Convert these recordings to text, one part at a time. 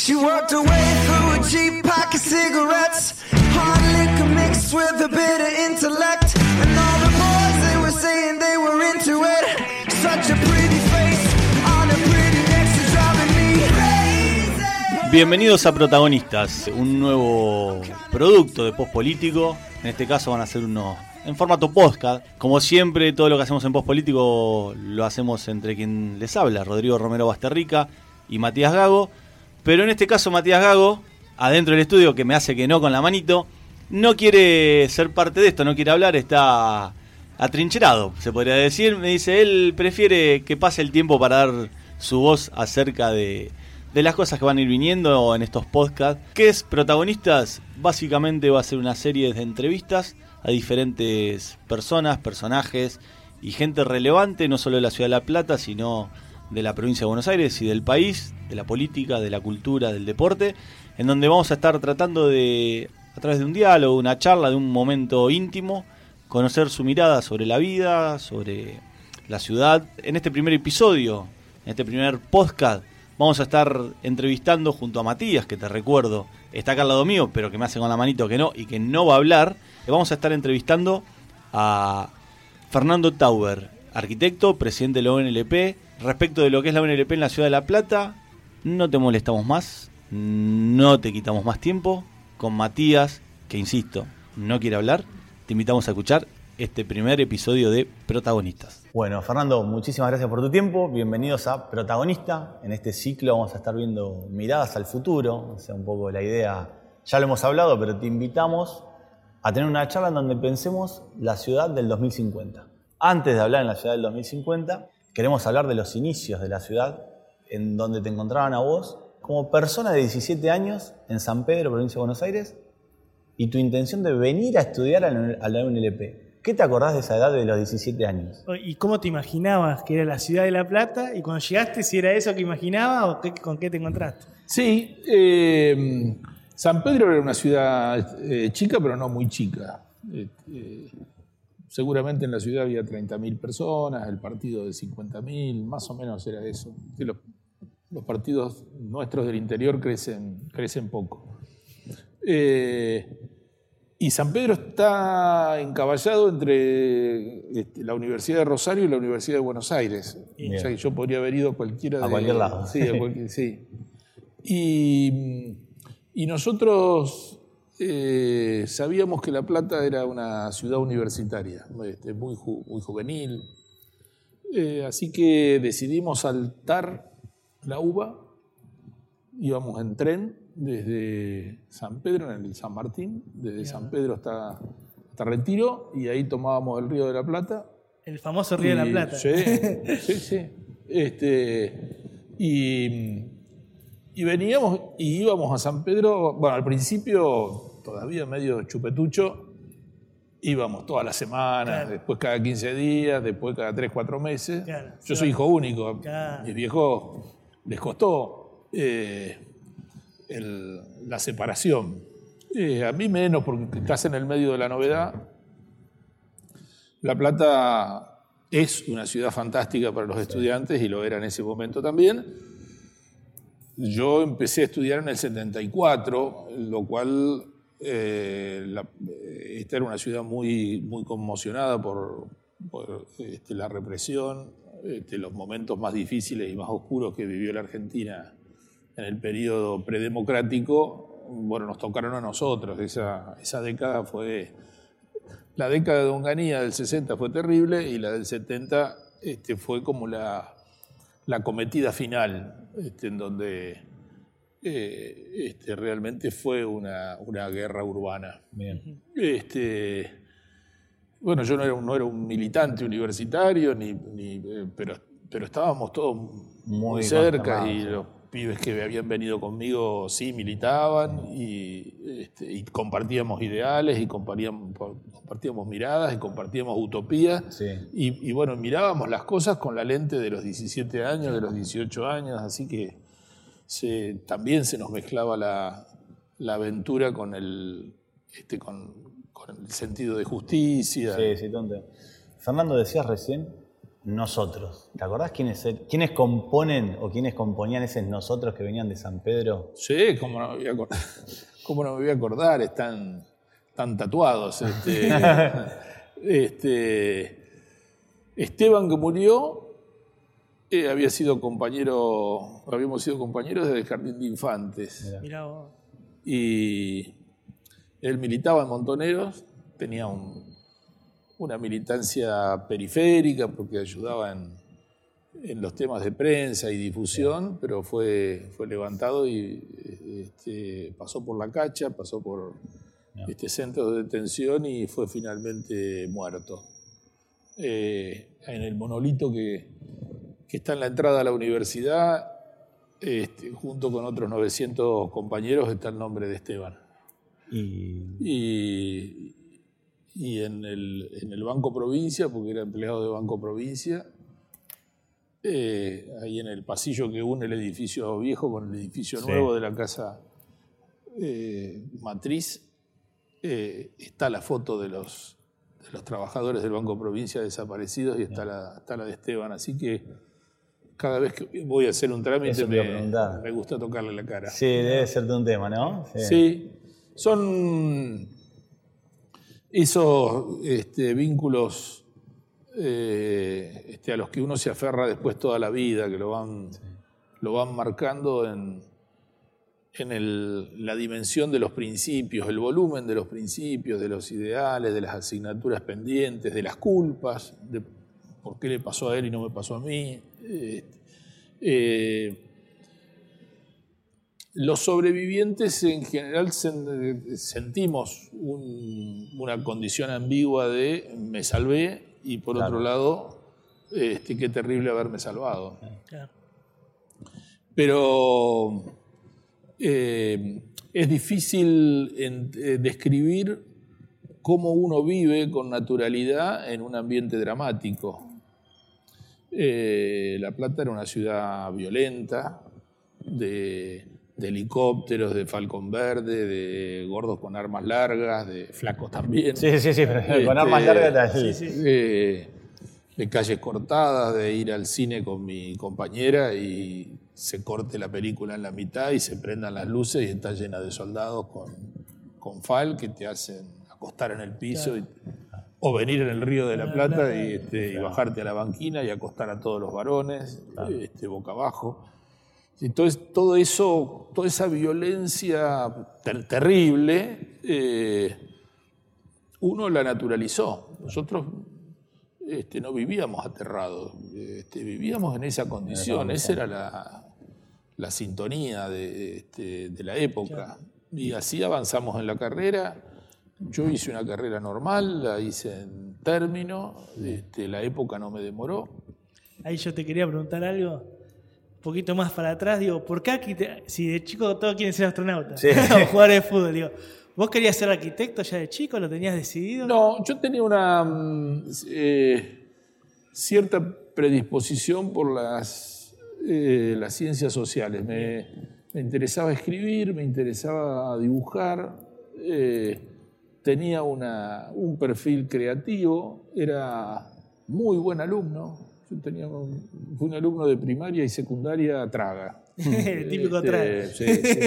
She worked her way through a cheap pack of cigarettes, hard liquor mixed with a bit of intellect, and all the boys they were saying they were into it. Such a pretty face on a pretty neck, she's driving me crazy. Bienvenidos a Protagonistas, un nuevo producto de Post Político. En este caso van a ser unos en formato podcast. Como siempre, todo lo que hacemos en Post Político lo hacemos entre quien les habla, Rodrigo Romero Basterrica y Matías Gago. Pero en este caso Matías Gago, adentro del estudio, que me hace que no con la manito, no quiere ser parte de esto, no quiere hablar, está atrincherado, se podría decir. Me dice, él prefiere que pase el tiempo para dar su voz acerca de las cosas que van a ir viniendo en estos podcasts. ¿Qué es Protagonistas? Básicamente va a ser una serie de entrevistas a diferentes personas, personajes y gente relevante, no solo de la Ciudad de La Plata, sino de la provincia de Buenos Aires y del país, de la política, de la cultura, del deporte, en donde vamos a estar tratando de, a través de un diálogo, una charla, de un momento íntimo, conocer su mirada sobre la vida, sobre la ciudad. En este primer episodio, en este primer podcast, vamos a estar entrevistando junto a Matías, que te recuerdo, está acá al lado mío, pero que me hace con la manito que no, y que no va a hablar. Vamos a estar entrevistando a Fernando Tauber, arquitecto, presidente de la ONLP. Respecto de lo que es la ONLP en la Ciudad de La Plata, no te molestamos más, no te quitamos más tiempo. Con Matías, que insisto, no quiere hablar, te invitamos a escuchar este primer episodio de Protagonistas. Bueno, Fernando, muchísimas gracias por tu tiempo. Bienvenidos a Protagonista. En este ciclo vamos a estar viendo miradas al futuro. O sea, un poco la idea, ya lo hemos hablado, pero te invitamos a tener una charla en donde pensemos la ciudad del 2050. Antes de hablar en la ciudad del 2050, queremos hablar de los inicios de la ciudad, en donde te encontraban a vos como persona de 17 años en San Pedro, provincia de Buenos Aires, y tu intención de venir a estudiar a la UNLP. ¿Qué te acordás de esa edad de los 17 años? ¿Y cómo te imaginabas que era la ciudad de La Plata? Y cuando llegaste, si era eso que imaginabas o con qué te encontraste. Sí, San Pedro era una ciudad chica, pero no muy chica. Seguramente en la ciudad había 30.000 personas, el partido de 50.000, más o menos era eso. Los partidos nuestros del interior crecen poco. Y San Pedro está encaballado entre la Universidad de Rosario y la Universidad de Buenos Aires. Bien. O sea que yo podría haber ido a cualquiera a cualquier lado. Sí, sí. Y nosotros sabíamos que La Plata era una ciudad universitaria, muy juvenil. Así que decidimos saltar la UBA. Íbamos en tren desde San Pedro, en el San Martín, desde San Pedro hasta Retiro, y ahí tomábamos el Río de la Plata. El famoso Río de la Plata. Sí. Y veníamos y íbamos a San Pedro. Bueno, al principio, todavía medio chupetucho, íbamos todas las semanas, claro. Después cada 15 días, después cada 3, 4 meses. Claro, yo soy hijo único. Claro. Mis viejos les costó la separación. A mí menos, porque estás en el medio de la novedad. La Plata es una ciudad fantástica para los estudiantes, y lo era en ese momento también. Yo empecé a estudiar en el 74, lo cual esta era una ciudad muy, muy conmocionada por la represión, los momentos más difíciles y más oscuros que vivió la Argentina en el periodo predemocrático. Bueno, nos tocaron a nosotros. Esa década fue... La década de Onganía del 60 fue terrible, y la del 70 fue como la cometida final, en donde realmente fue una guerra urbana. Bien. Bueno, yo no era un militante universitario, pero estábamos todos muy cerca, y los pibes que habían venido conmigo sí militaban, y compartíamos ideales, y compartíamos miradas, y compartíamos utopías. Sí. Y bueno, mirábamos las cosas con la lente de los 17 años, de los 18 años, así que también se nos mezclaba la aventura con el sentido de justicia. Sí, tonto. Fernando, decías recién nosotros. ¿Te acordás quiénes componen o quiénes componían esos nosotros que venían de San Pedro? Sí, cómo no me voy a acordar. ¿Cómo no me voy a acordar? Están tatuados. Esteban, que murió, habíamos sido compañeros desde el Jardín de Infantes. Mirá vos. Y él militaba en Montoneros, tenía una militancia periférica porque ayudaba en los temas de prensa y difusión, pero fue levantado y pasó por la Cacha, pasó por centro de detención y fue finalmente muerto. En el monolito que está en la entrada a la universidad, junto con otros 900 compañeros, está el nombre de Esteban. Y en el Banco Provincia, porque era empleado de Banco Provincia, ahí en el pasillo que une el edificio viejo con el edificio nuevo de la casa matriz, está la foto de los trabajadores del Banco Provincia desaparecidos y está la de Esteban. Así que cada vez que voy a hacer un trámite me gusta tocarle la cara. Sí, debe ser de un tema, ¿no? Sí. Son esos vínculos a los que uno se aferra después toda la vida, que lo van marcando en la dimensión de los principios, el volumen de los principios, de los ideales, de las asignaturas pendientes, de las culpas, de por qué le pasó a él y no me pasó a mí. Los sobrevivientes en general sentimos una condición ambigua de me salvé y por otro lado, qué terrible haberme salvado. Claro. Pero es difícil describir cómo uno vive con naturalidad en un ambiente dramático. La Plata era una ciudad violenta, de helicópteros, de Falcon Verde, de gordos con armas largas, de flacos también. Sí, pero con armas largas. De calles cortadas, de ir al cine con mi compañera y se corte la película en la mitad y se prendan las luces y está llena de soldados con fal que te hacen acostar en el piso. Claro. O venir en el Río de la Plata y bajarte a la banquina y acostar a todos los varones, boca abajo. Entonces, todo eso, toda esa violencia terrible, uno la naturalizó. Nosotros no vivíamos aterrados, vivíamos en esa condición. Esa era la sintonía de la época. Y así avanzamos en la carrera. Yo hice una carrera normal, la hice en término, la época no me demoró. Ahí yo te quería preguntar algo, un poquito más para atrás, digo, ¿por qué si de chico todos quieren ser astronautas o jugar de fútbol? Digo, ¿vos querías ser arquitecto ya de chico? ¿Lo tenías decidido? No, yo tenía una cierta predisposición por las ciencias sociales. Me interesaba escribir, me interesaba dibujar. Tenía un perfil creativo, era muy buen alumno. Yo fui un alumno de primaria y secundaria traga. El típico traga. Sí.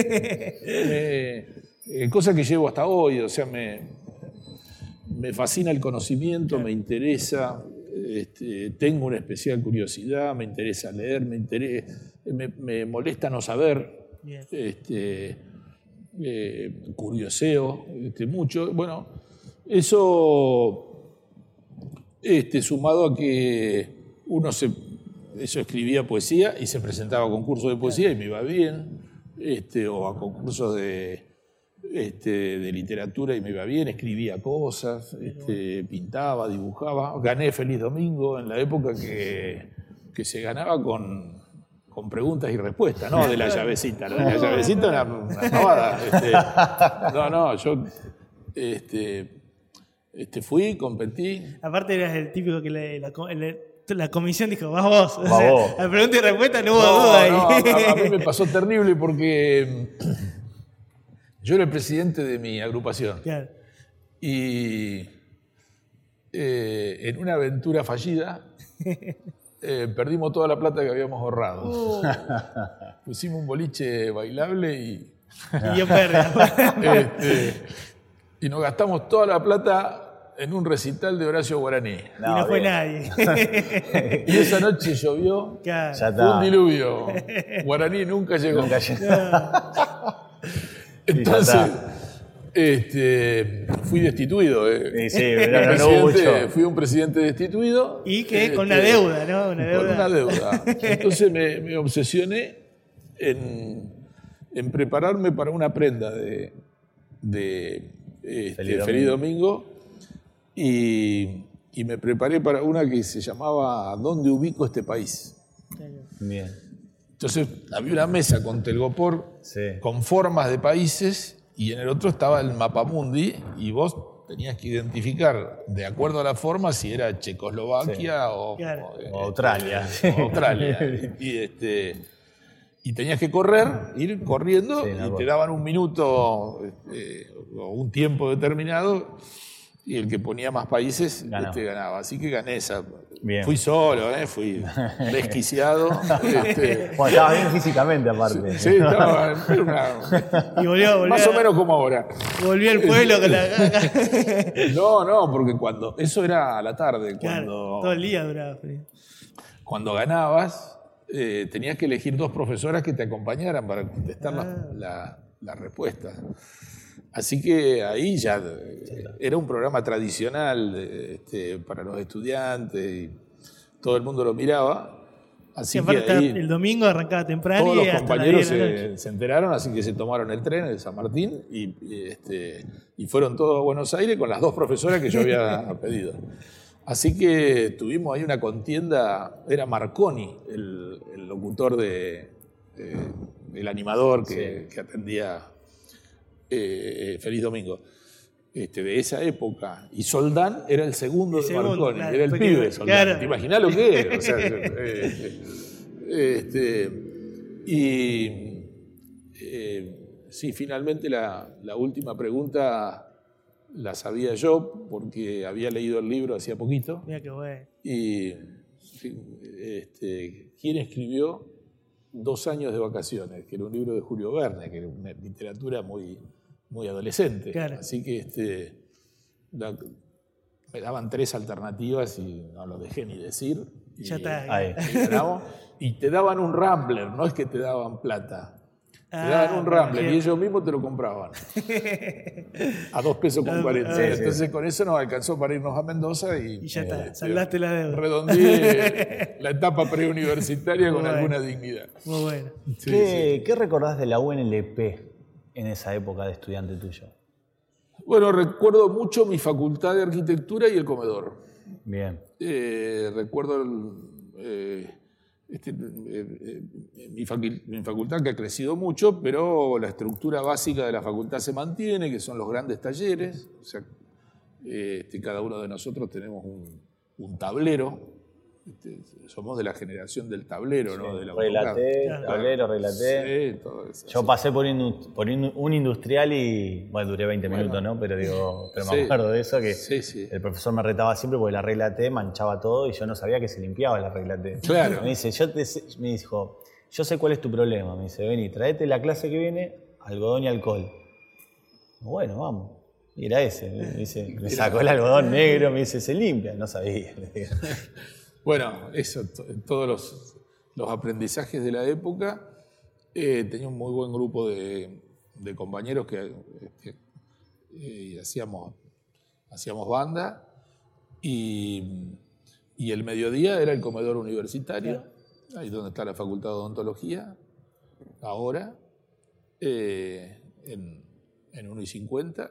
Cosa que llevo hasta hoy, o sea, me fascina el conocimiento, me interesa, tengo una especial curiosidad, me interesa leer, me molesta no saber. Bien. Curioseo mucho. Bueno, eso sumado a que eso escribía poesía y se presentaba a concursos de poesía y me iba bien, o a concursos de literatura y me iba bien, escribía cosas, pintaba, dibujaba. Gané Feliz Domingo en la época que se ganaba con preguntas y respuestas, no de la llavecita. La de la llavecita era una pavada. Yo fui, competí. Aparte eras el típico que la comisión dijo, vas vos. O sea, a pregunta y respuesta no hubo duda ahí. A mí me pasó terrible porque yo era el presidente de mi agrupación. Claro. Y en una aventura fallida Perdimos toda la plata que habíamos ahorrado. Pusimos un boliche bailable y yo perdí. y nos gastamos toda la plata en un recital de Horacio Guaraní. Y no fue nadie. Y esa noche llovió, Claro. fue un diluvio. Guaraní nunca llegó. Entonces, fui destituido. Fui un presidente destituido. Y que con una deuda, ¿no? Con una deuda. Entonces me obsesioné en prepararme para una prenda de Feliz Domingo y me preparé para una que se llamaba ¿Dónde ubico este país? Bien. Entonces había una mesa con telgopor con formas de países y en el otro estaba el mapamundi y vos tenías que identificar de acuerdo a la forma si era Checoslovaquia o Australia. Australia. Y tenías que ir corriendo y te daban un minuto o un tiempo determinado y el que ponía más países ganaba. Así que gané esa. Bien. Fui solo, fui desquiciado. Bueno, estabas bien físicamente aparte. Sí, estaba Y volvió, más o menos como ahora. Volvió el pueblo con la... No, porque eso era a la tarde. Claro, todo el día duraba. Cuando ganabas, tenías que elegir 2 profesoras que te acompañaran para contestar las respuestas. Así que ahí ya era un programa tradicional para los estudiantes y todo el mundo lo miraba. Así que ahí el domingo arrancaba temprano todos y los hasta compañeros las 10 de la noche. se enteraron, así que se tomaron el tren de San Martín y fueron todos a Buenos Aires con las 2 profesoras que yo había pedido. Así que tuvimos ahí una contienda, era Marconi, el locutor el animador que atendía Feliz Domingo, de esa época. Y Soldán era el segundo de Marconi, claro, era el pibe Soldán. Claro. ¿Te imaginás lo que era? O sea, sí, finalmente la última pregunta la sabía yo porque había leído el libro hacía poquito. Mira qué bueno. Y ¿quién escribió 2 años de vacaciones? Que era un libro de Julio Verne, que era una literatura muy, muy adolescente. Claro. Así que me daban 3 alternativas y no lo dejé ni decir. Ya está. Ahí. Y te daban un Rambler, no es que te daban plata. Te daban un Rambler y ellos mismos te lo compraban. A 2 pesos con 40. Entonces con eso nos alcanzó para irnos a Mendoza y ya está, saldaste la deuda. Redondeé la etapa preuniversitaria con alguna dignidad. Muy bueno. ¿Qué recordás de la UNLP en esa época de estudiante tuyo? Bueno, recuerdo mucho mi facultad de arquitectura y el comedor. Bien. Recuerdo mi facultad que ha crecido mucho, pero la estructura básica de la facultad se mantiene, que son los grandes talleres. O sea, cada uno de nosotros tenemos un tablero. Somos de la generación del tablero, ¿no? Del AutoCAD. Tablero, relaté. Sí, todo eso. Yo pasé por un industrial y, bueno, duré 20 minutos, ¿no? Pero me acuerdo de eso, que el profesor me retaba siempre porque la regla T manchaba todo y yo no sabía que se limpiaba la regla T. Claro. Me dijo, yo sé cuál es tu problema. Me dice, vení, traete la clase que viene, algodón y alcohol. Bueno, vamos. Y era ese. Me sacó el algodón negro, me dice, se limpia. No sabía. Bueno, eso, todos los aprendizajes de la época. Tenía un muy buen grupo de compañeros que hacíamos banda y el mediodía era el comedor universitario, ahí donde está la Facultad de Odontología, ahora, en 1:50,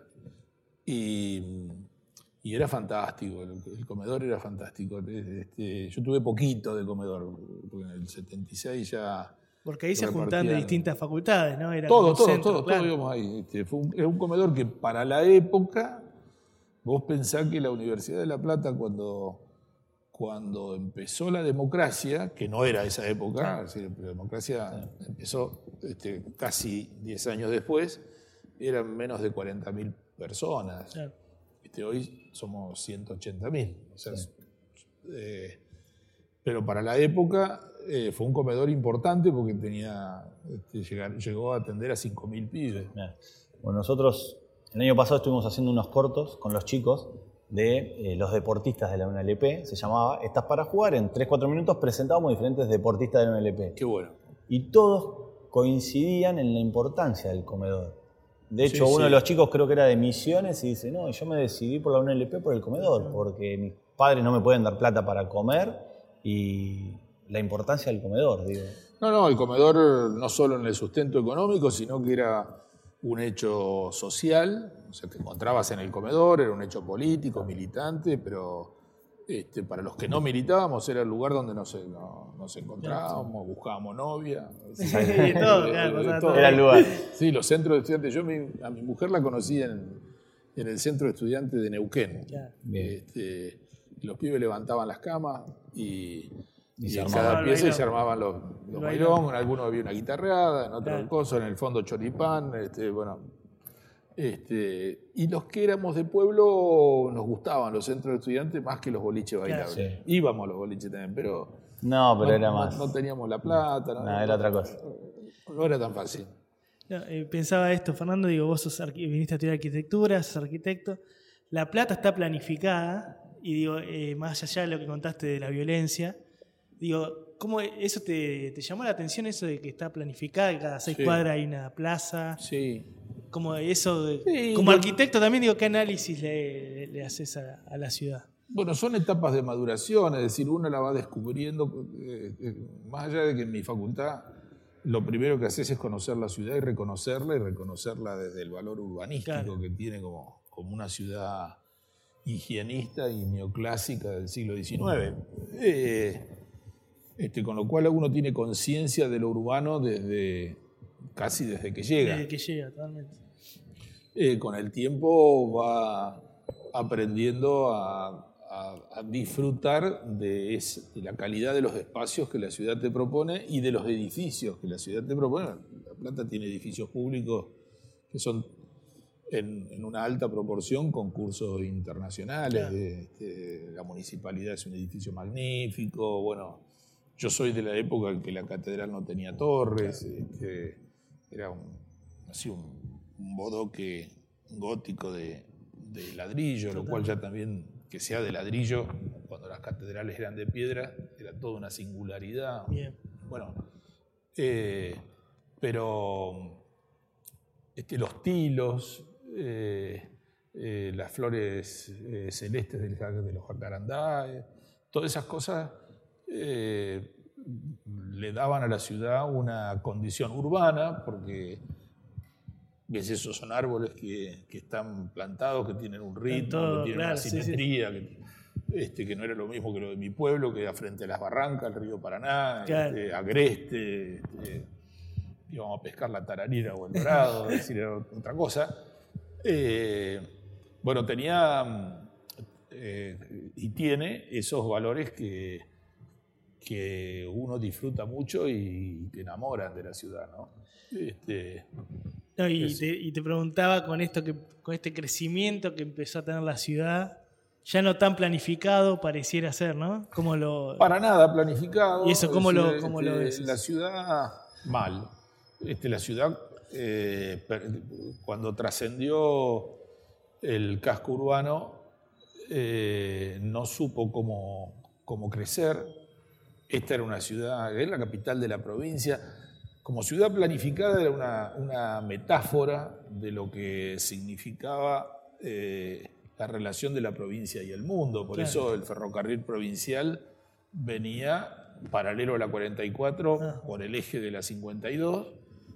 y era fantástico, el comedor era fantástico. Yo tuve poquito de comedor, porque en el 76 ya... Porque ahí se juntaban de distintas facultades, ¿no? Era todo claro. íbamos ahí. Era un comedor que para la época, vos pensás que la Universidad de La Plata, cuando empezó la democracia, que no era esa época, es decir, la democracia empezó casi 10 años después, eran menos de 40.000 personas. Claro. Hoy somos 180.000. O sea, Pero para la época fue un comedor importante porque llegó a atender a 5.000 pibes. Bueno, nosotros el año pasado estuvimos haciendo unos cortos con los chicos de los deportistas de la UNLP. Se llamaba Estás para jugar. En 3-4 minutos presentábamos diferentes deportistas de la UNLP. Qué bueno. Y todos coincidían en la importancia del comedor. De hecho, uno de los chicos creo que era de Misiones y dice, no, yo me decidí por la UNLP por el comedor, porque mis padres no me pueden dar plata para comer y la importancia del comedor, digo. No, el comedor no solo en el sustento económico, sino que era un hecho social, o sea, te encontrabas en el comedor, era un hecho político, militante, pero para los que no militábamos era el lugar donde nos encontrábamos, buscábamos novia. Y todo, claro, era el lugar. Sí, los centros de estudiantes. Yo a mi mujer la conocí en el centro de estudiantes de Neuquén. Claro. Los pibes levantaban las camas y en se cada armaba pieza el se armaban los bailón, en algunos había una guitarreada, en otro Claro. coso, en el fondo choripán, y los que éramos de pueblo nos gustaban los centros de estudiantes más que los boliches bailables. Sí. Íbamos a los boliches también, pero Era más. no teníamos la plata. No, era otra cosa. No era tan fácil. No, pensaba esto, Fernando, digo, vos viniste a estudiar arquitectura, sos arquitecto. La Plata está planificada, y digo, más allá de lo que contaste de la violencia, digo, ¿cómo eso te llamó la atención, eso de que está planificada, que cada 6 cuadras hay una plaza? Sí. Como eso, Sí, como arquitecto también, digo, ¿qué análisis le haces a la ciudad? Bueno, son etapas de maduración, es decir, uno la va descubriendo, más allá de que en mi facultad lo primero que haces es conocer la ciudad y reconocerla desde el valor urbanístico que tiene como una ciudad higienista y neoclásica del siglo XIX. Con lo cual uno tiene conciencia de lo urbano casi desde que llega. Desde que llega, totalmente. Con el tiempo va aprendiendo a disfrutar de la calidad de los espacios que la ciudad te propone y de los edificios que la ciudad te propone. La Plata tiene edificios públicos que son en una alta proporción concursos internacionales. Claro. La municipalidad es un edificio magnífico. Bueno, yo soy de la época en que la catedral no tenía torres. Era un bodoque gótico de ladrillo, lo cual ya también, que sea de ladrillo, cuando las catedrales eran de piedra, era toda una singularidad. Bien. Bueno, pero los tilos, las flores celestes de los jacarandáes, todas esas cosas le daban a la ciudad una condición urbana, porque esos son árboles que están plantados, que tienen un ritmo, que tienen una simetría, que no era lo mismo que lo de mi pueblo, que era frente a las barrancas, el río Paraná, agreste, íbamos a pescar la tararira o el dorado, es decir, era otra cosa. Bueno, tenía y tiene esos valores que uno disfruta mucho y te enamoran de la ciudad, ¿no? Y te preguntaba con este crecimiento que empezó a tener la ciudad, ya no tan planificado pareciera ser, ¿no? Para nada planificado. ¿Y eso cómo lo ves? La ciudad, mal. La ciudad, cuando trascendió el casco urbano, no supo cómo crecer. Esta era una ciudad, era la capital de la provincia. Como ciudad planificada era una metáfora de lo que significaba la relación de la provincia y el mundo. Por eso el ferrocarril provincial venía paralelo a la 44 por el eje de la 52,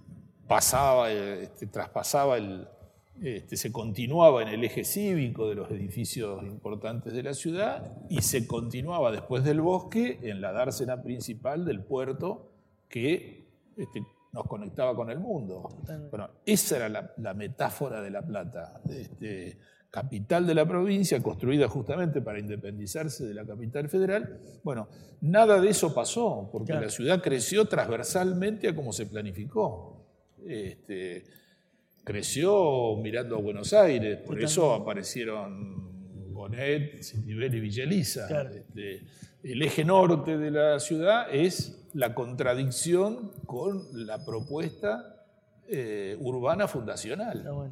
traspasaba se continuaba en el eje cívico de los edificios importantes de la ciudad y se continuaba después del bosque en la dársena principal del puerto que nos conectaba con el mundo. Bueno, esa era la metáfora de La Plata, capital de la provincia, construida justamente para independizarse de la capital federal. Bueno, nada de eso pasó, porque la ciudad creció transversalmente a como se planificó. Creció mirando a Buenos Aires, por eso aparecieron Bonet, Citibel y Villa Elisa. Claro. El eje norte de la ciudad es la contradicción con la propuesta urbana fundacional. Está bueno.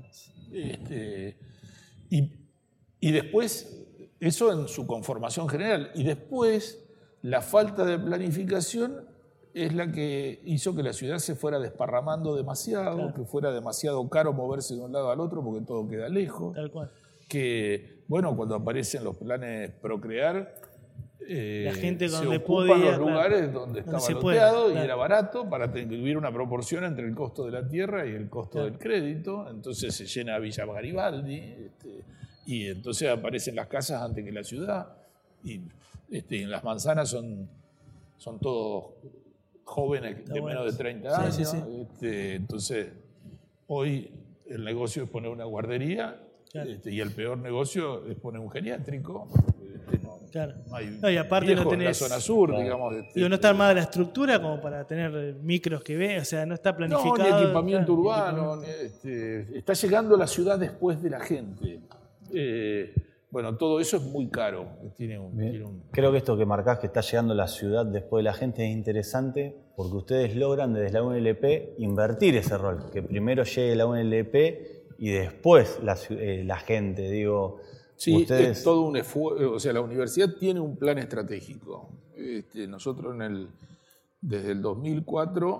Y después, eso en su conformación general, y después la falta de planificación es la que hizo que la ciudad se fuera desparramando demasiado, Claro. que fuera demasiado caro moverse de un lado al otro porque todo queda lejos, Tal cual. que, bueno, cuando aparecen los planes Procrear, La gente se donde ocupan podía, los lugares donde donde estaba se puede, loteado y claro. era barato para que hubiera una proporción entre el costo de la tierra y el costo Claro. del crédito. Entonces se llena Villa Garibaldi y entonces aparecen las casas antes que la ciudad. Y en las manzanas son todos jóvenes de bueno. menos de 30 años. Sí, sí, Entonces hoy el negocio es poner una guardería. Claro. Y el peor negocio es poner un geriátrico. Claro. No hay No, y aparte viejo no en la tenés- zona sur, digamos. Digo, no está armada la estructura como para tener micros que ve, o sea, no está No, planificado. ni equipamiento claro, urbano. Está llegando la ciudad después de la gente. Bueno, todo eso es muy caro. Tiene un- Creo que esto que marcás, que está llegando la ciudad después de la gente, es interesante porque ustedes logran desde la UNLP invertir ese rol, que primero llegue la UNLP y después la gente, digo. Sí, ustedes... es todo un esfuerzo. O sea, la universidad tiene un plan estratégico. Nosotros desde el 2004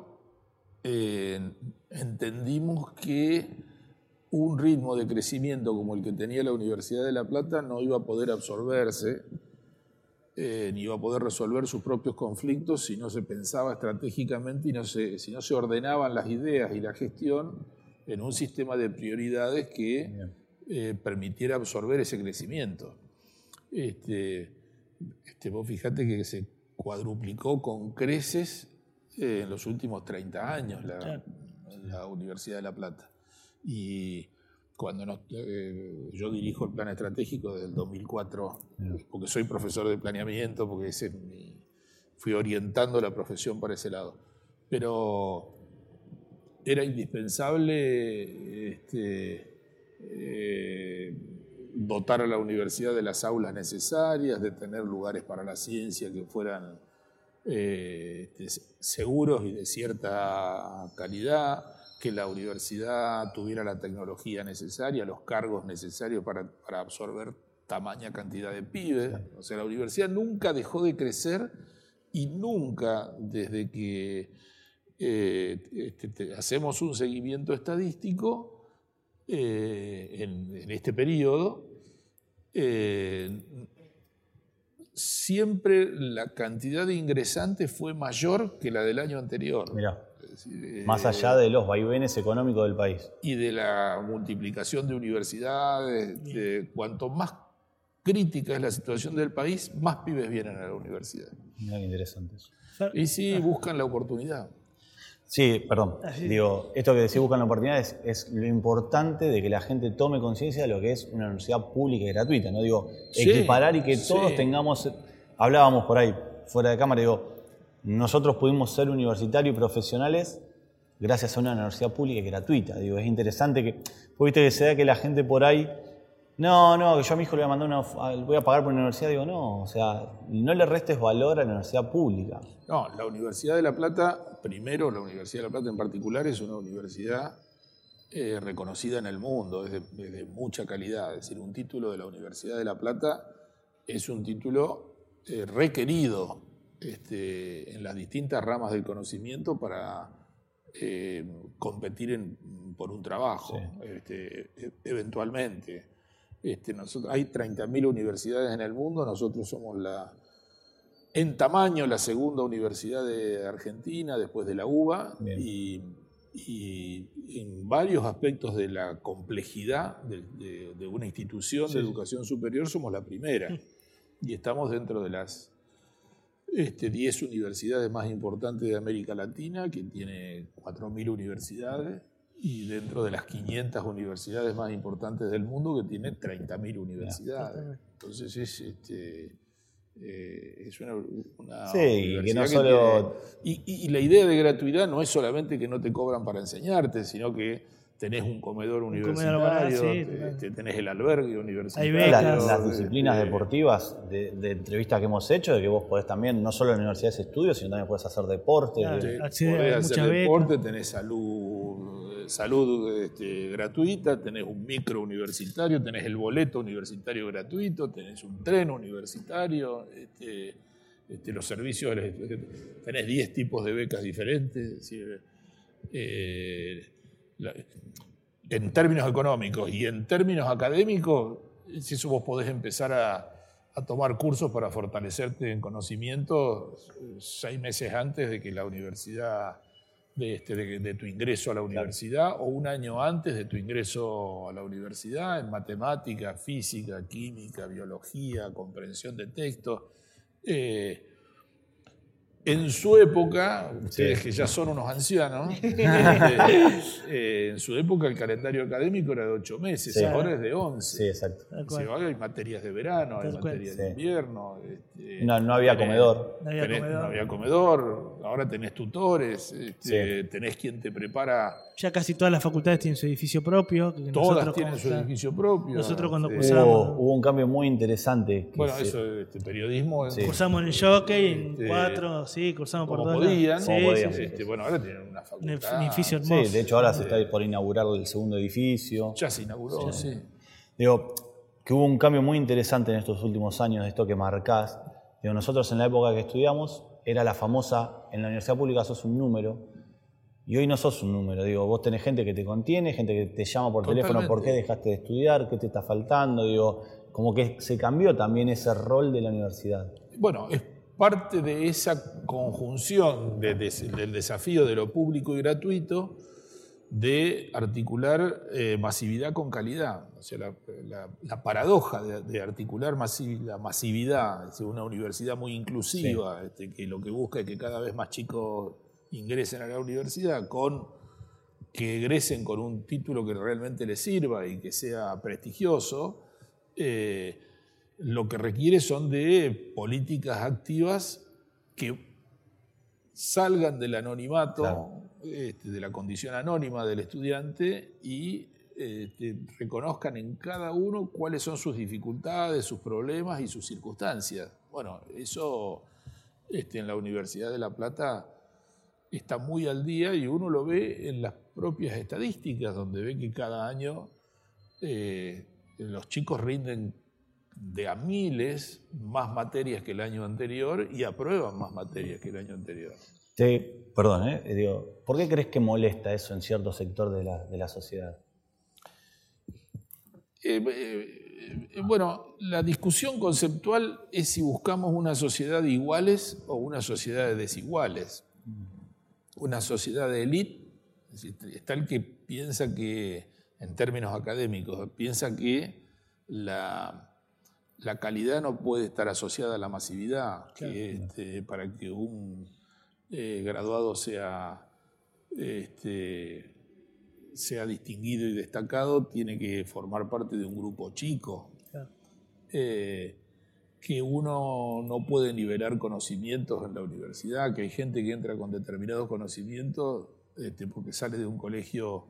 entendimos que un ritmo de crecimiento como el que tenía la Universidad de La Plata no iba a poder absorberse, ni iba a poder resolver sus propios conflictos si no se pensaba estratégicamente y si no se ordenaban las ideas y la gestión en un sistema de prioridades que permitiera absorber ese crecimiento. Vos fijate que se cuadruplicó con creces en los últimos 30 años la Universidad de La Plata. Y cuando yo dirijo el plan estratégico desde el 2004, porque soy profesor de planeamiento, porque fui orientando la profesión para ese lado. Pero era indispensable dotar a la universidad de las aulas necesarias, de tener lugares para la ciencia que fueran seguros y de cierta calidad, que la universidad tuviera la tecnología necesaria, los cargos necesarios para absorber tamaña cantidad de pibes. O sea, la universidad nunca dejó de crecer y nunca, desde que hacemos un seguimiento estadístico en este periodo, siempre la cantidad de ingresantes fue mayor que la del año anterior. Mirá, más allá de los vaivenes económicos del país. Y de la multiplicación de universidades, cuanto más crítica es la situación del país, más pibes vienen a la universidad. Mirá qué interesante eso. Y sí, buscan la oportunidad. Sí, perdón. Digo, esto que decís buscan la oportunidad es lo importante de que la gente tome conciencia de lo que es una universidad pública y gratuita, ¿no? Digo, Sí, equiparar y que todos tengamos... Hablábamos por ahí, fuera de cámara, digo, nosotros pudimos ser universitarios y profesionales gracias a una universidad pública y gratuita. Digo, es interesante que... Pues viste que se da que la gente por ahí... No, que yo a mi hijo le voy a mandar voy a pagar por una universidad. Digo, no, o sea, no le restes valor a la universidad pública. No, la Universidad de La Plata, primero, la Universidad de La Plata en particular, es una universidad reconocida en el mundo, es de mucha calidad. Es decir, un título de la Universidad de La Plata es un título requerido en las distintas ramas del conocimiento para competir por un trabajo, eventualmente. Hay 30.000 universidades en el mundo, nosotros somos en tamaño la segunda universidad de Argentina después de la UBA y en varios aspectos de la complejidad de una institución de educación superior somos la primera y estamos dentro de las 10 universidades más importantes de América Latina, que tiene 4.000 universidades, y dentro de las 500 universidades más importantes del mundo, que tiene 30.000 universidades. Entonces es una sí, universidad que no solo... y la idea de gratuidad no es solamente que no te cobran para enseñarte, sino que tenés un comedor comedor universitario, sí, tenés el albergue Hay universitario. becas. Las disciplinas deportivas de entrevistas que hemos hecho, de que vos podés también, no solo en la universidad haces estudios, sino también podés hacer deporte. Claro. accede a Podés muchas hacer deporte, becas. tenés salud gratuita, tenés un micro universitario, tenés el boleto universitario gratuito, tenés un tren universitario, los servicios, tenés 10 tipos de becas diferentes. Es decir, en términos económicos y en términos académicos, si eso vos podés empezar a tomar cursos para fortalecerte en conocimientos 6 meses antes de que la universidad, de tu ingreso a la universidad, o un año antes de tu ingreso a la universidad, en matemática, física, química, biología, comprensión de textos. En su época, ustedes que ya son unos ancianos, en su época el calendario académico era de 8 meses, Sí. ahora es de 11. Sí, exacto. Ahora hay materias de verano, hay Tal cual. materias de invierno. No había comedor. No había comedor. No había comedor, ahora tenés tutores, Sí. tenés quien te prepara. Ya casi todas las facultades tienen su edificio propio. que Todas nosotros tienen como- su edificio propio. Nosotros cuando Sí. cursamos- Hubo un cambio muy interesante. que Bueno, se- eso, periodismo. Sí. Cursamos en el Jockey, en Este, 4, sí, cursamos por como todos lados. podían. Sí, Como sí, podían. sí. Bueno, ahora tienen una Un facultad. edificio hermoso. Sí, de hecho ahora se está por inaugurar el segundo edificio. Ya se inauguró, sí. Digo, que hubo un cambio muy interesante en estos últimos años, de esto que marcás. Digo, nosotros en la época que estudiamos, era la famosa, en la universidad pública sos un número, y hoy no sos un número. Digo, vos tenés gente que te contiene, gente que te llama por teléfono, ¿por qué dejaste de estudiar? ¿Qué te está faltando? Digo, como que se cambió también ese rol de la universidad. Bueno, es parte de esa conjunción del desafío de lo público y gratuito de articular masividad con calidad. O sea, la paradoja de articular la masividad, es decir, una universidad muy inclusiva, que lo que busca es que cada vez más chicos ingresen a la universidad, con que egresen con un título que realmente les sirva y que sea prestigioso, lo que requiere son de políticas activas que salgan del anonimato, Claro. De la condición anónima del estudiante y reconozcan en cada uno cuáles son sus dificultades, sus problemas y sus circunstancias. Bueno, eso en la Universidad de La Plata está muy al día y uno lo ve en las propias estadísticas, donde ve que cada año los chicos rinden de a miles más materias que el año anterior y aprueban más materias que el año anterior. Perdón, digo, ¿por qué crees que molesta eso en cierto sector de la sociedad? Bueno, la discusión conceptual es si buscamos una sociedad de iguales o una sociedad de desiguales. Una sociedad de élite, está el que piensa que, en términos académicos, piensa que la calidad no puede estar asociada a la masividad, claro. Que para que un graduado sea distinguido y destacado, tiene que formar parte de un grupo chico. Claro. Que uno no puede nivelar conocimientos en la universidad, que hay gente que entra con determinados conocimientos porque sale de un colegio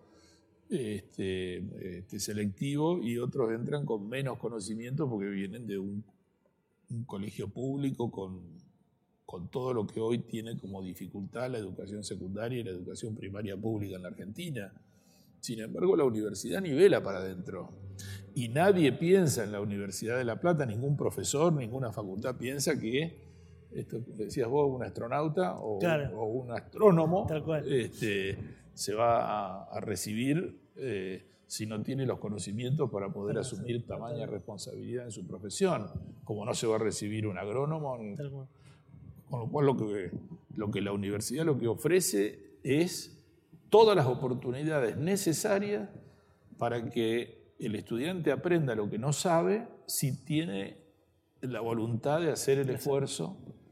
selectivo, y otros entran con menos conocimientos porque vienen de un colegio público con todo lo que hoy tiene como dificultad la educación secundaria y la educación primaria pública en la Argentina. Sin embargo, la universidad nivela para adentro. Y nadie piensa en la Universidad de La Plata, ningún profesor, ninguna facultad piensa que, esto que decías vos, un astronauta o, claro, o un astrónomo tal cual, se va a recibir si no tiene los conocimientos para poder asumir tamaña responsabilidad en su profesión, como no se va a recibir un agrónomo. Con lo cual lo que la universidad lo que ofrece es todas las oportunidades necesarias para que el estudiante aprenda lo que no sabe, si tiene la voluntad de hacer el esfuerzo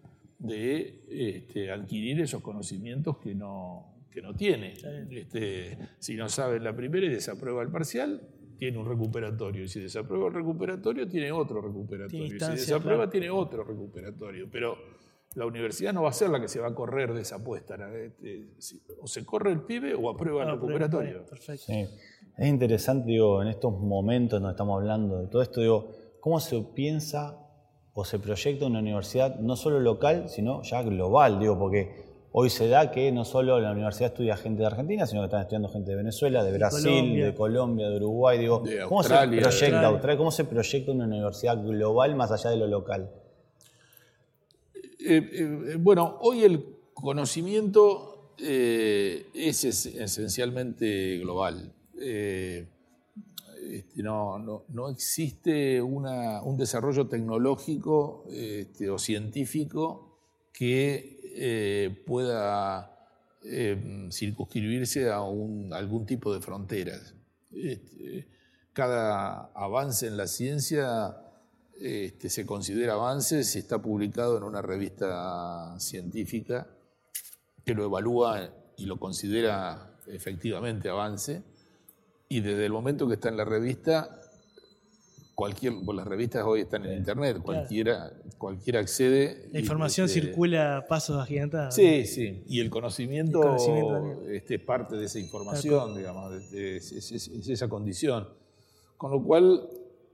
de adquirir esos conocimientos que no tiene. Si no sabe la primera y desaprueba el parcial, tiene un recuperatorio. Y si desaprueba el recuperatorio, tiene otro recuperatorio. Y si desaprueba, claro, tiene otro recuperatorio. Pero la universidad no va a ser la que se va a correr de esa apuesta. O se corre el pibe o aprueba el recuperatorio. Perfecto. Sí. Es interesante, digo, en estos momentos donde estamos hablando de todo esto, digo, cómo se piensa o se proyecta una universidad no solo local, sino ya global, digo, porque hoy se da que no solo la universidad estudia gente de Argentina, sino que están estudiando gente de Venezuela, de Brasil, de Colombia, de Uruguay, digo, ¿cómo se proyecta Australia? ¿Cómo se proyecta una universidad global más allá de lo local? Bueno, hoy el conocimiento es esencialmente global. No existe un desarrollo tecnológico o científico que pueda circunscribirse a algún tipo de fronteras. Cada avance en la ciencia se considera avance si está publicado en una revista científica que lo evalúa y lo considera efectivamente avance. Y desde el momento que está en la revista, pues las revistas hoy están en internet, cualquiera accede. La información circula a pasos agigantados. Sí. Y el conocimiento es parte de esa información, digamos, es esa condición. Con lo cual,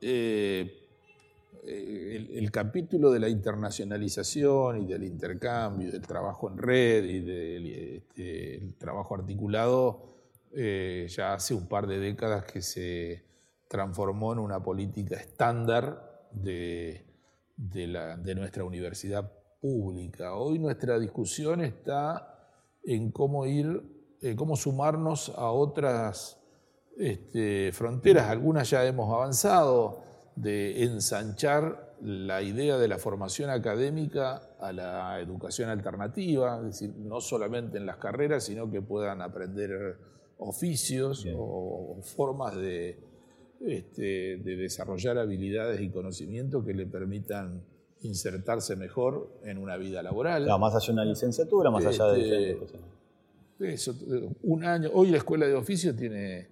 el capítulo de la internacionalización y del intercambio, del trabajo en red y del trabajo articulado, ya hace un par de décadas que se transformó en una política estándar de nuestra universidad pública. Hoy nuestra discusión está en cómo sumarnos a otras fronteras. Algunas ya hemos avanzado, de ensanchar la idea de la formación académica a la educación alternativa, es decir, no solamente en las carreras, sino que puedan aprender oficios o formas de desarrollar habilidades y conocimientos que le permitan insertarse mejor en una vida laboral. Claro, más allá de una licenciatura, más allá de diferentes cosas. Eso, un año. Hoy la escuela de oficio tiene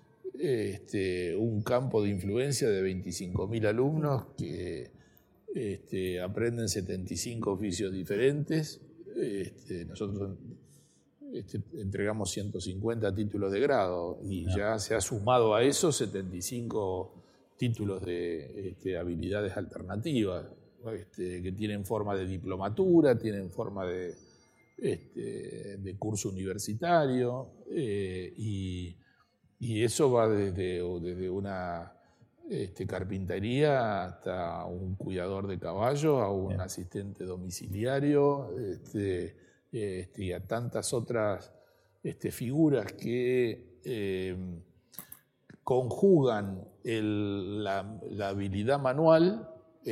un campo de influencia de 25.000 alumnos que aprenden 75 oficios diferentes. Nosotros entregamos 150 títulos de grado y ya se ha sumado a eso 75 títulos de habilidades alternativas que tienen forma de diplomatura, tienen forma de curso universitario y eso va desde una carpintería hasta un cuidador de caballos, a un asistente domiciliario, y a tantas otras figuras que conjugan la habilidad manual,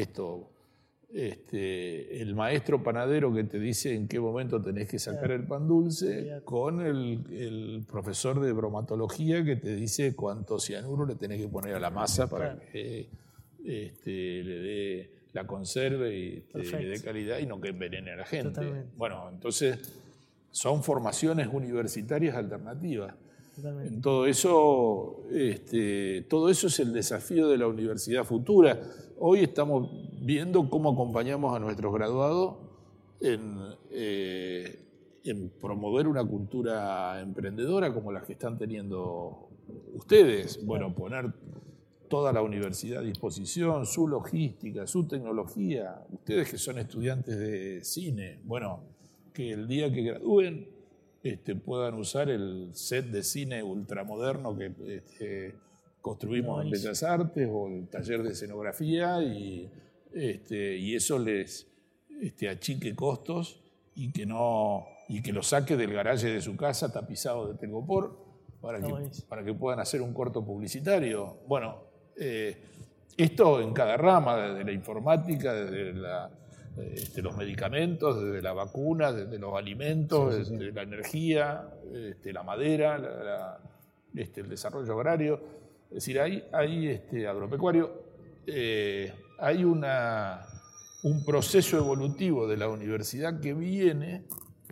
el maestro panadero que te dice en qué momento tenés que sacar el pan dulce, con el profesor de bromatología que te dice cuánto cianuro le tenés que poner a la masa para que le dé la conserve y le dé calidad y no que envenene a la gente. Totalmente. Bueno, entonces son formaciones universitarias alternativas. Totalmente. En todo eso es el desafío de la universidad futura. Hoy estamos viendo cómo acompañamos a nuestros graduados en promover una cultura emprendedora como las que están teniendo ustedes. Bueno, poner toda la universidad a disposición, su logística, su tecnología. Ustedes que son estudiantes de cine, bueno, que el día que gradúen puedan usar el set de cine ultramoderno que construimos en Bellas Artes o el taller de escenografía y eso les achique costos y que lo saque del garaje de su casa tapizado de telgopor para que puedan hacer un corto publicitario. Bueno, esto en cada rama, desde la informática, desde los medicamentos, desde la vacuna, desde los alimentos, desde la energía, la madera, el desarrollo agrario. Es decir, hay agropecuario, hay un proceso evolutivo de la universidad que viene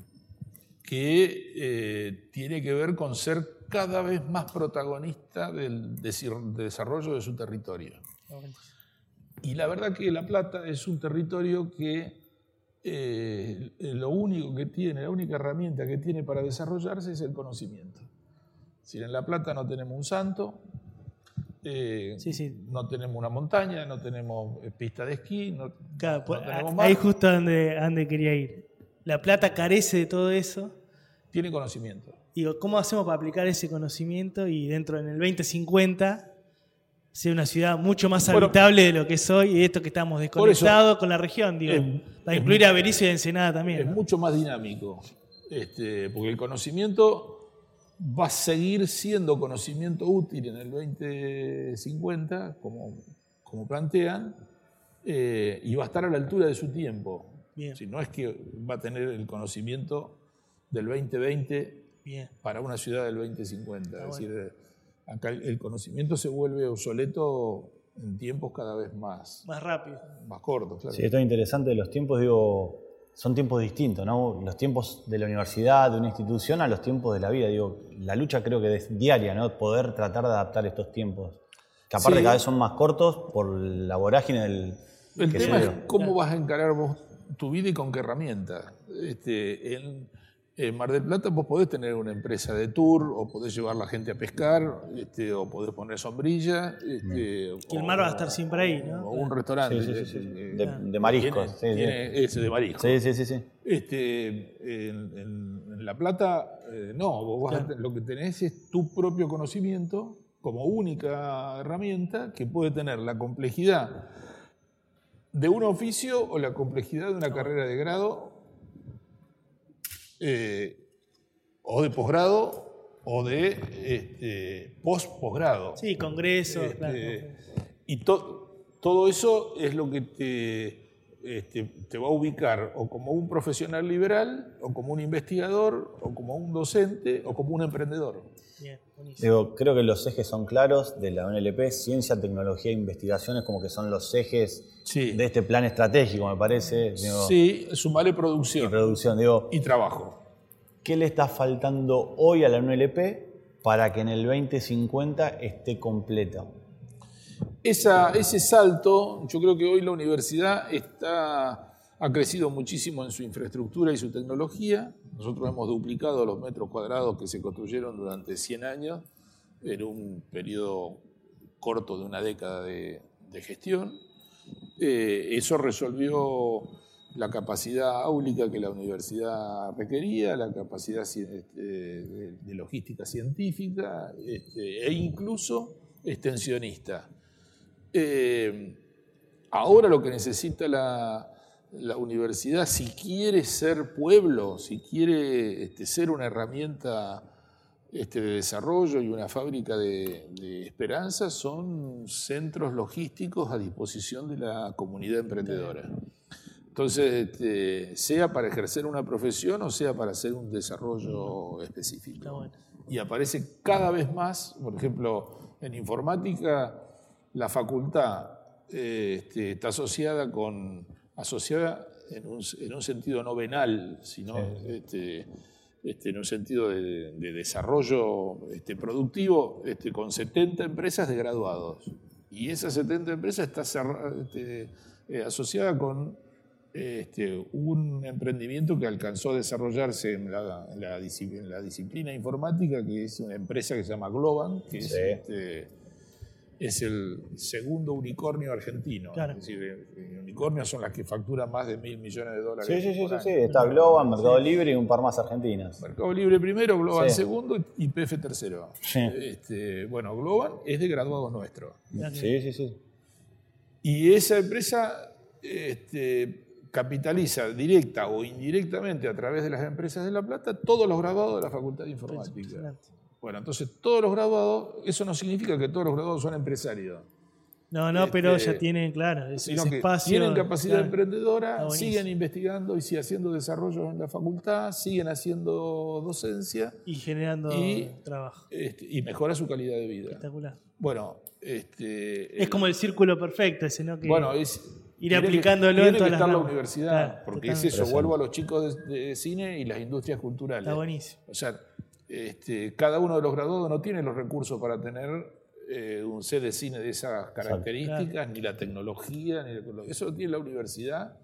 que tiene que ver con ser cada vez más protagonista del desarrollo de su territorio. Y la verdad que La Plata es un territorio que lo único que tiene, la única herramienta que tiene para desarrollarse es el conocimiento. Si en La Plata no tenemos un santo, no tenemos una montaña, no tenemos pista de esquí, no tenemos mar. Ahí justo donde quería ir. La Plata carece de todo eso. Tiene conocimiento. Digo, ¿cómo hacemos para aplicar ese conocimiento y dentro en el 2050 sea una ciudad mucho más habitable de lo que es hoy y esto que estamos desconectados con la región? Digo, para incluir a Berisso y a Ensenada también. Es mucho más dinámico, porque el conocimiento va a seguir siendo conocimiento útil en el 2050, como plantean, y va a estar a la altura de su tiempo. Si no es que va a tener el conocimiento del 2020 para una ciudad del 2050. Es decir, acá el conocimiento se vuelve obsoleto en tiempos cada vez más rápido, más cortos. Claro. Sí, esto es interesante de los tiempos, digo, son tiempos distintos, ¿no? Los tiempos de la universidad, de una institución, a los tiempos de la vida. Digo, la lucha creo que es diaria, ¿no? Poder tratar de adaptar estos tiempos, que aparte cada vez son más cortos por la vorágine del... El tema es cómo vas a encarar vos tu vida y con qué herramienta. En Mar del Plata vos podés tener una empresa de tour, o podés llevar a la gente a pescar, o podés poner sombrilla. Y el mar va a estar siempre ahí, ¿no? O un restaurante. De mariscos. Ese de mariscos. Sí. En La Plata, no, vos lo que tenés es tu propio conocimiento como única herramienta que puede tener la complejidad de un oficio o la complejidad de una carrera de grado, o de posgrado o de posgrado. Sí, congresos. Y todo eso es lo que te va a ubicar o como un profesional liberal, o como un investigador, o como un docente, o como un emprendedor. Bien, digo, creo que los ejes son claros de la UNLP, ciencia, tecnología e investigación, es como que son los ejes de este plan estratégico, me parece. Digo, sí, sumarle producción. Digo, y trabajo. ¿Qué le está faltando hoy a la UNLP para que en el 2050 esté completa? Ese salto, yo creo que hoy la universidad ha crecido muchísimo en su infraestructura y su tecnología. Nosotros hemos duplicado los metros cuadrados que se construyeron durante 100 años en un periodo corto de una década de gestión. Eso resolvió la capacidad áulica que la universidad requería, la capacidad de logística científica e incluso extensionista. Ahora lo que necesita la universidad, si quiere ser pueblo, si quiere ser una herramienta de desarrollo y una fábrica de esperanza, son centros logísticos a disposición de la comunidad emprendedora. Entonces, sea para ejercer una profesión o sea para hacer un desarrollo específico. Y aparece cada vez más, por ejemplo, en informática, la facultad está asociada en un sentido no venal, sino en un sentido de desarrollo productivo, con 70 empresas de graduados. Y esas 70 empresas está asociada con un emprendimiento que alcanzó a desarrollarse en la disciplina informática, que es una empresa que se llama Globan, que es el segundo unicornio argentino. Claro. Es decir, unicornios son las que facturan más de $1.000 millones. Sí. Está Globan, Mercado Libre y un par más argentinas. Mercado Libre primero, Globan segundo y YPF tercero. Sí. Bueno, Globan es de graduados nuestros. Sí. Y esa empresa capitaliza directa o indirectamente a través de las empresas de La Plata todos los graduados de la Facultad de Informática. Bueno, entonces todos los graduados, eso no significa que todos los graduados son empresarios. No, pero ya tienen, claro, ese espacio. Tienen capacidad emprendedora, siguen investigando y siguen haciendo desarrollo en la facultad, siguen haciendo docencia. Y generando trabajo. Y mejora su calidad de vida. Espectacular. Bueno, es como el círculo perfecto ese, ¿no? Que bueno, ir aplicándolo en todas las la ramas. universidad, claro, porque es eso, vuelvo a los chicos de cine y las industrias culturales. Está buenísimo. O sea, cada uno de los graduados no tiene los recursos para tener un set de cine de esas características, claro, ni la tecnología, eso lo tiene la universidad,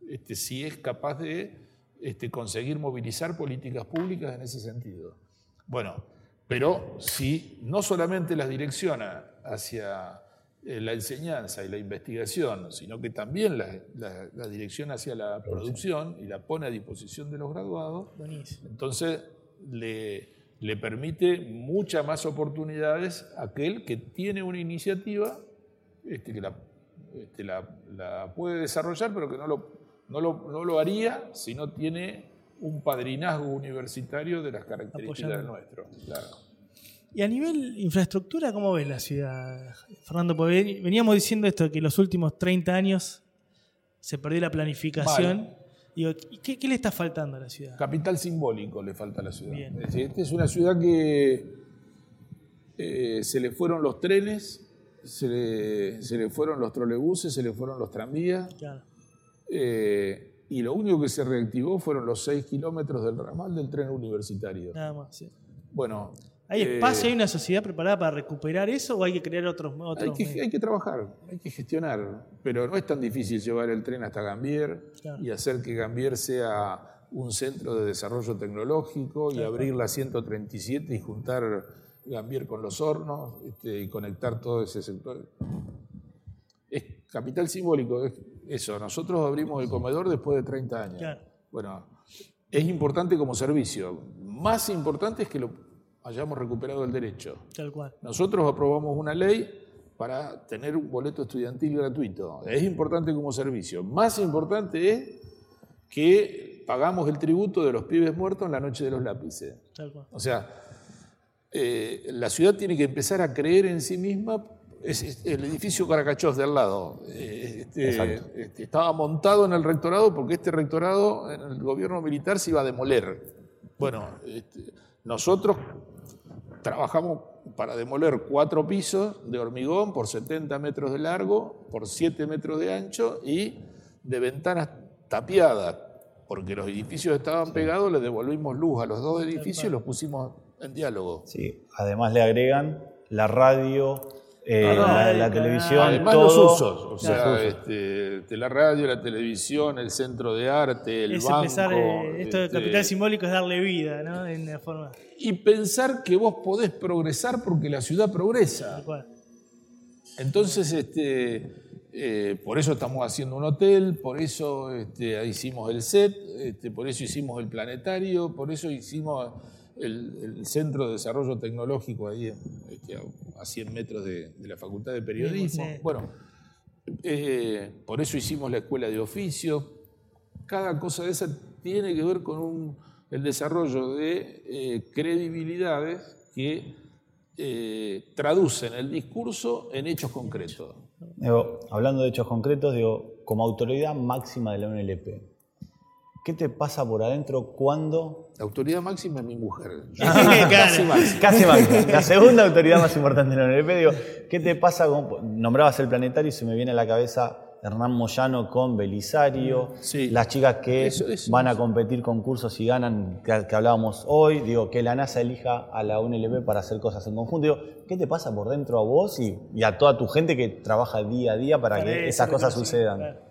si es capaz de conseguir movilizar políticas públicas en ese sentido. Bueno, pero si no solamente las direcciona hacia la enseñanza y la investigación, sino que también la direcciona hacia la producción y la pone a disposición de los graduados, Buenísimo. entonces le permite muchas más oportunidades a aquel que tiene una iniciativa que la puede desarrollar, pero que no lo haría si no tiene un padrinazgo universitario de las características del nuestro. Claro. Y a nivel infraestructura, ¿cómo ves la ciudad, Fernando? Porque veníamos diciendo esto, que los últimos 30 años se perdió la planificación. Vale. Digo, ¿qué le está faltando a la ciudad? Capital simbólico le falta a la ciudad. Bien. Es decir, esta es una ciudad que se le fueron los trenes, se le fueron los trolebuses, se le fueron los tranvías. Claro. Y lo único que se reactivó fueron los 6 kilómetros del ramal del tren universitario. Nada más, sí. Bueno, ¿Hay espacio, hay una sociedad preparada para recuperar eso o hay que crear otros hay que trabajar, hay que gestionar, pero no es tan difícil llevar el tren hasta Gambier Claro. y hacer que Gambier sea un centro de desarrollo tecnológico y abrir la 137 y juntar Gambier con Los Hornos y conectar todo ese sector. Es capital simbólico, es eso. Nosotros abrimos el comedor después de 30 años. Claro. Bueno, es importante como servicio. Más importante es que lo hayamos recuperado el derecho. Tal cual. Nosotros aprobamos una ley para tener un boleto estudiantil gratuito. Es importante como servicio. Más importante es que pagamos el tributo de los pibes muertos en la noche de los lápices. Tal cual. O sea, la ciudad tiene que empezar a creer en sí misma. Es el edificio Caracachós de al lado. Estaba montado en el rectorado porque este rectorado en el gobierno militar se iba a demoler. Bueno, nosotros trabajamos para demoler 4 pisos de hormigón por 70 metros de largo, por 7 metros de ancho y de ventanas tapiadas, porque los edificios estaban pegados, le devolvimos luz a los 2 edificios y los pusimos en diálogo. Sí, además le agregan la radio, la televisión, además todo. los usos, o sea, la radio, la televisión, el centro de arte, el banco. Empezar, esto de capital simbólico es darle vida, ¿no? En la forma. Y pensar que vos podés progresar porque la ciudad progresa. Tal cual. Entonces, por eso estamos haciendo un hotel, por eso hicimos el set, por eso hicimos el planetario, por eso hicimos el Centro de Desarrollo Tecnológico ahí a 100 metros de la Facultad de Periodismo. Sí. Bueno, por eso hicimos la Escuela de Oficio. Cada cosa de esa tiene que ver con el desarrollo de credibilidades que traducen el discurso en hechos concretos. Digo, hablando de hechos concretos, como autoridad máxima de la UNLP, ¿qué te pasa por adentro cuando...? La autoridad máxima es mi mujer. Casi máxima. La segunda autoridad más importante de la UNLP, digo, ¿qué te pasa con...? Nombrabas el planetario y se me viene a la cabeza Hernán Moyano con Belisario, Sí. las chicas que Eso. van a competir concursos y ganan, que hablábamos hoy, digo, que la NASA elija a la UNLP para hacer cosas en conjunto. Digo, ¿qué te pasa por dentro a vos y a toda tu gente que trabaja día a día para que esas cosas sucedan? Claro.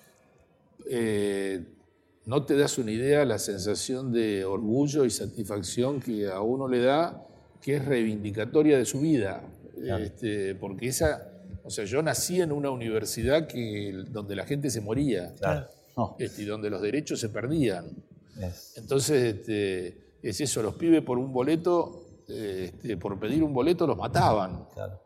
No te das una idea la sensación de orgullo y satisfacción que a uno le da, que es reivindicatoria de su vida. Claro. Porque yo nací en una universidad donde la gente se moría. Claro. No. Y donde los derechos se perdían. Es- Entonces, es eso, los pibes por un boleto, por pedir un boleto los mataban. Claro.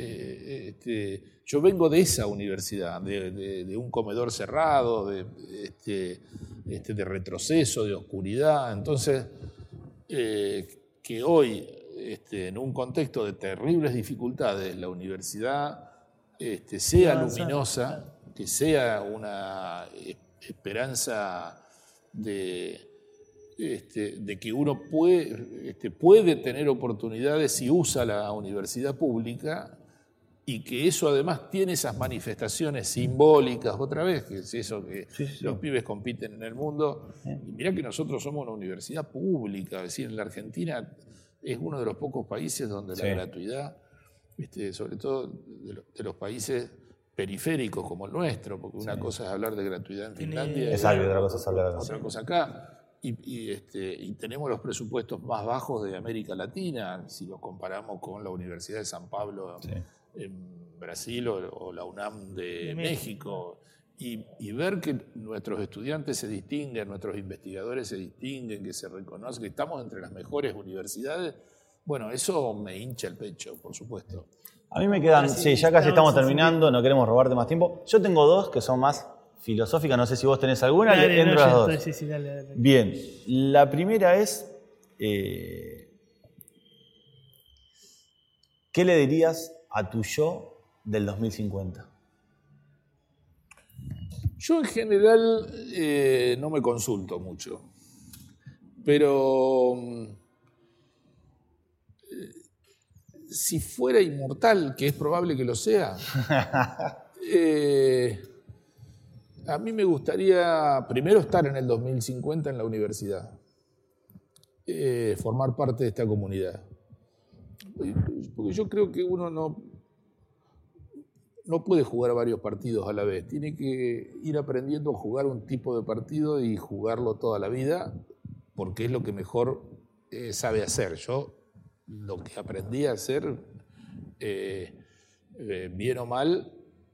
Yo vengo de esa universidad, de un comedor cerrado, de retroceso, de oscuridad. Entonces, que hoy, en un contexto de terribles dificultades, la universidad sea luminosa, que sea una esperanza de que uno puede tener oportunidades si usa la universidad pública, y que eso además tiene esas manifestaciones simbólicas, otra vez, que es eso que los pibes compiten en el mundo. Y mirá que nosotros somos una universidad pública, es decir, en la Argentina es uno de los pocos países donde la gratuidad, sobre todo de los países periféricos como el nuestro, porque una cosa es hablar de gratuidad en Finlandia Exacto, otra cosa es hablar de otra cosa acá. Y tenemos los presupuestos más bajos de América Latina, si los comparamos con la Universidad de San Pablo en Brasil o la UNAM de México. Y ver que nuestros estudiantes se distinguen, nuestros investigadores se distinguen, que se reconoce que estamos entre las mejores universidades, bueno, eso me hincha el pecho, por supuesto. A mí me quedan, ya casi estamos terminando, no queremos robarte más tiempo. Yo tengo dos que son más filosóficas, no sé si vos tenés alguna, Dale, entro las dos. Sí, dale. Bien, la primera es, ¿qué le dirías a tu yo del 2050? Yo en general no me consulto mucho, pero si fuera inmortal, que es probable que lo sea, a mí me gustaría primero estar en el 2050 en la universidad, formar parte de esta comunidad. Porque yo creo que uno no puede jugar varios partidos a la vez, tiene que ir aprendiendo a jugar un tipo de partido y jugarlo toda la vida, porque es lo que mejor sabe hacer. Yo lo que aprendí a hacer, bien o mal,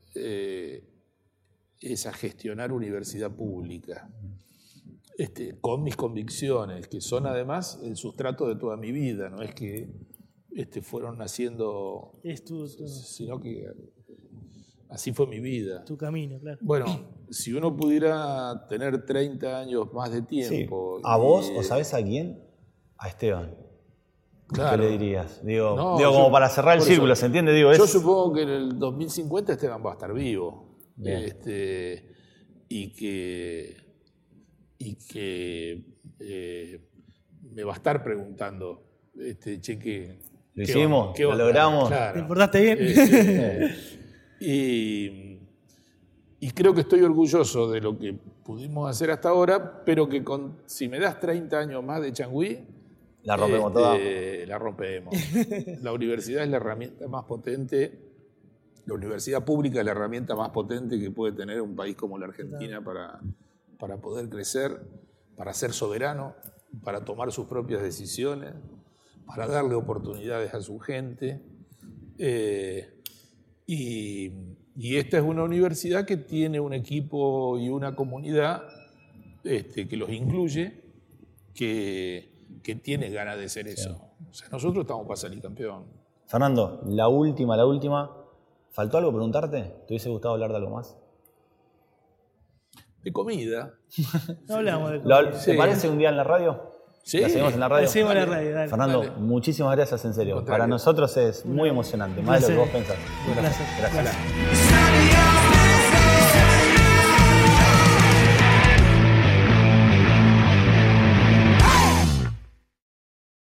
es a gestionar universidad pública, con mis convicciones, que son además el sustrato de toda mi vida, no es que fueron naciendo, sino que así fue mi vida. Tu camino, claro. Bueno, si uno pudiera tener 30 años más de tiempo... Sí. ¿A vos o sabés a quién? A Esteban. Claro. ¿Qué le dirías? Digo, como para cerrar el círculo, ¿se entiende? Digo, yo supongo que en el 2050 Esteban va a estar vivo. Y que me va a estar preguntando, ¿lo hicimos? ¿Lo logramos? Claro. ¿Te portaste bien? Y creo que estoy orgulloso de lo que pudimos hacer hasta ahora, pero que si me das 30 años más de Changüí, la rompemos toda. La rompemos. La universidad es la herramienta más potente, la universidad pública es la herramienta más potente que puede tener un país como la Argentina para poder crecer, para ser soberano, para tomar sus propias decisiones, para darle oportunidades a su gente. Y esta es una universidad que tiene un equipo y una comunidad que los incluye, que tiene ganas de ser eso. O sea, nosotros estamos para salir campeón. Fernando, la última. ¿Faltó algo preguntarte? ¿Te hubiese gustado hablar de algo más? De comida. No hablamos de comida. ¿Te parece un día en la radio? Sí. ¿La seguimos en la radio? La seguimos en la radio, dale. Fernando, Dale. Muchísimas gracias, en serio. Para nosotros es muy emocionante, más de lo que vos pensás. Un placer. Gracias. Sunny,